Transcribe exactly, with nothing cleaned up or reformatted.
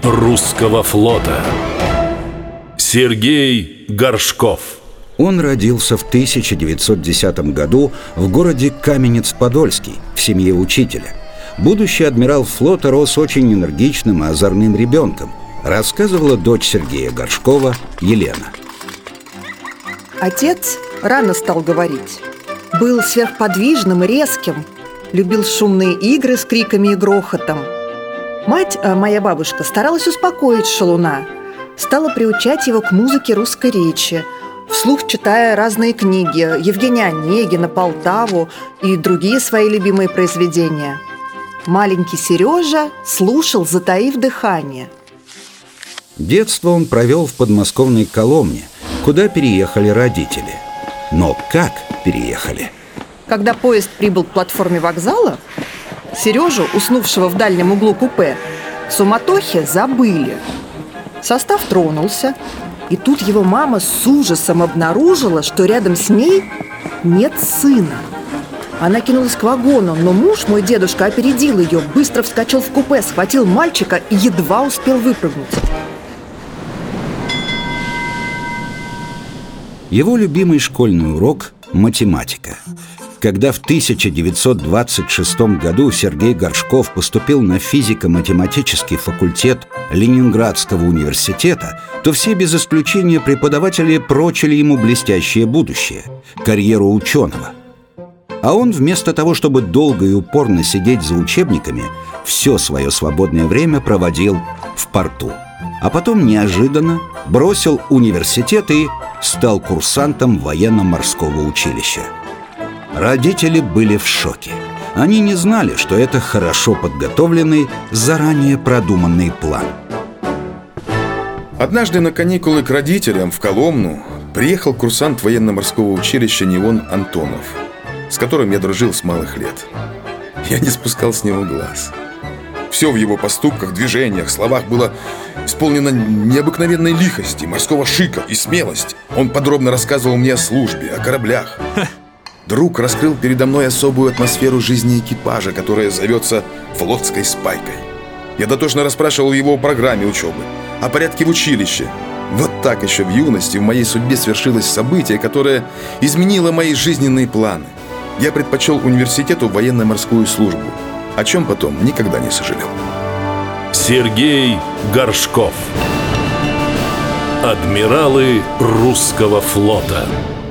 русского флота. Сергей Горшков. Он родился в тысяча девятьсот десятом году в городе Каменец-Подольский в семье учителя. Будущий адмирал флота рос очень энергичным и озорным ребенком, рассказывала дочь Сергея Горшкова Елена. Отец рано стал говорить. Был сверхподвижным и резким. Любил шумные игры с криками и грохотом. Мать, моя бабушка, старалась успокоить шалуна. Стала приучать его к музыке русской речи, вслух читая разные книги Евгения Онегина, Полтаву и другие свои любимые произведения. Маленький Сережа слушал, затаив дыхание. Детство он провел в подмосковной Коломне, куда переехали родители. Но как переехали? Когда поезд прибыл к платформе вокзала, Сережу, уснувшего в дальнем углу купе, в суматохе забыли. Состав тронулся, и тут его мама с ужасом обнаружила, что рядом с ней нет сына. Она кинулась к вагону, но муж, мой дедушка, опередил ее, быстро вскочил в купе, схватил мальчика и едва успел выпрыгнуть. Его любимый школьный урок – математика. Когда в тысяча девятьсот двадцать шестом году Сергей Горшков поступил на физико-математический факультет Ленинградского университета, то все без исключения преподаватели прочили ему блестящее будущее – карьеру ученого. А он вместо того, чтобы долго и упорно сидеть за учебниками, все свое свободное время проводил в порту. А потом неожиданно бросил университет и стал курсантом военно-морского училища. Родители были в шоке. Они не знали, что это хорошо подготовленный, заранее продуманный план. Однажды на каникулы к родителям в Коломну приехал курсант военно-морского училища Неон Антонов, с которым я дружил с малых лет. Я не спускал с него глаз. Все в его поступках, движениях, словах было исполнено необыкновенной лихости, морского шика и смелости. Он подробно рассказывал мне о службе, о кораблях. Друг раскрыл передо мной особую атмосферу жизни экипажа, которая зовется флотской спайкой. Я дотошно расспрашивал его о программе учебы, о порядке в училище. Вот так еще в юности в моей судьбе свершилось событие, которое изменило мои жизненные планы. Я предпочел университету военно-морскую службу, о чем потом никогда не сожалел. Сергей Горшков. Адмиралы русского флота.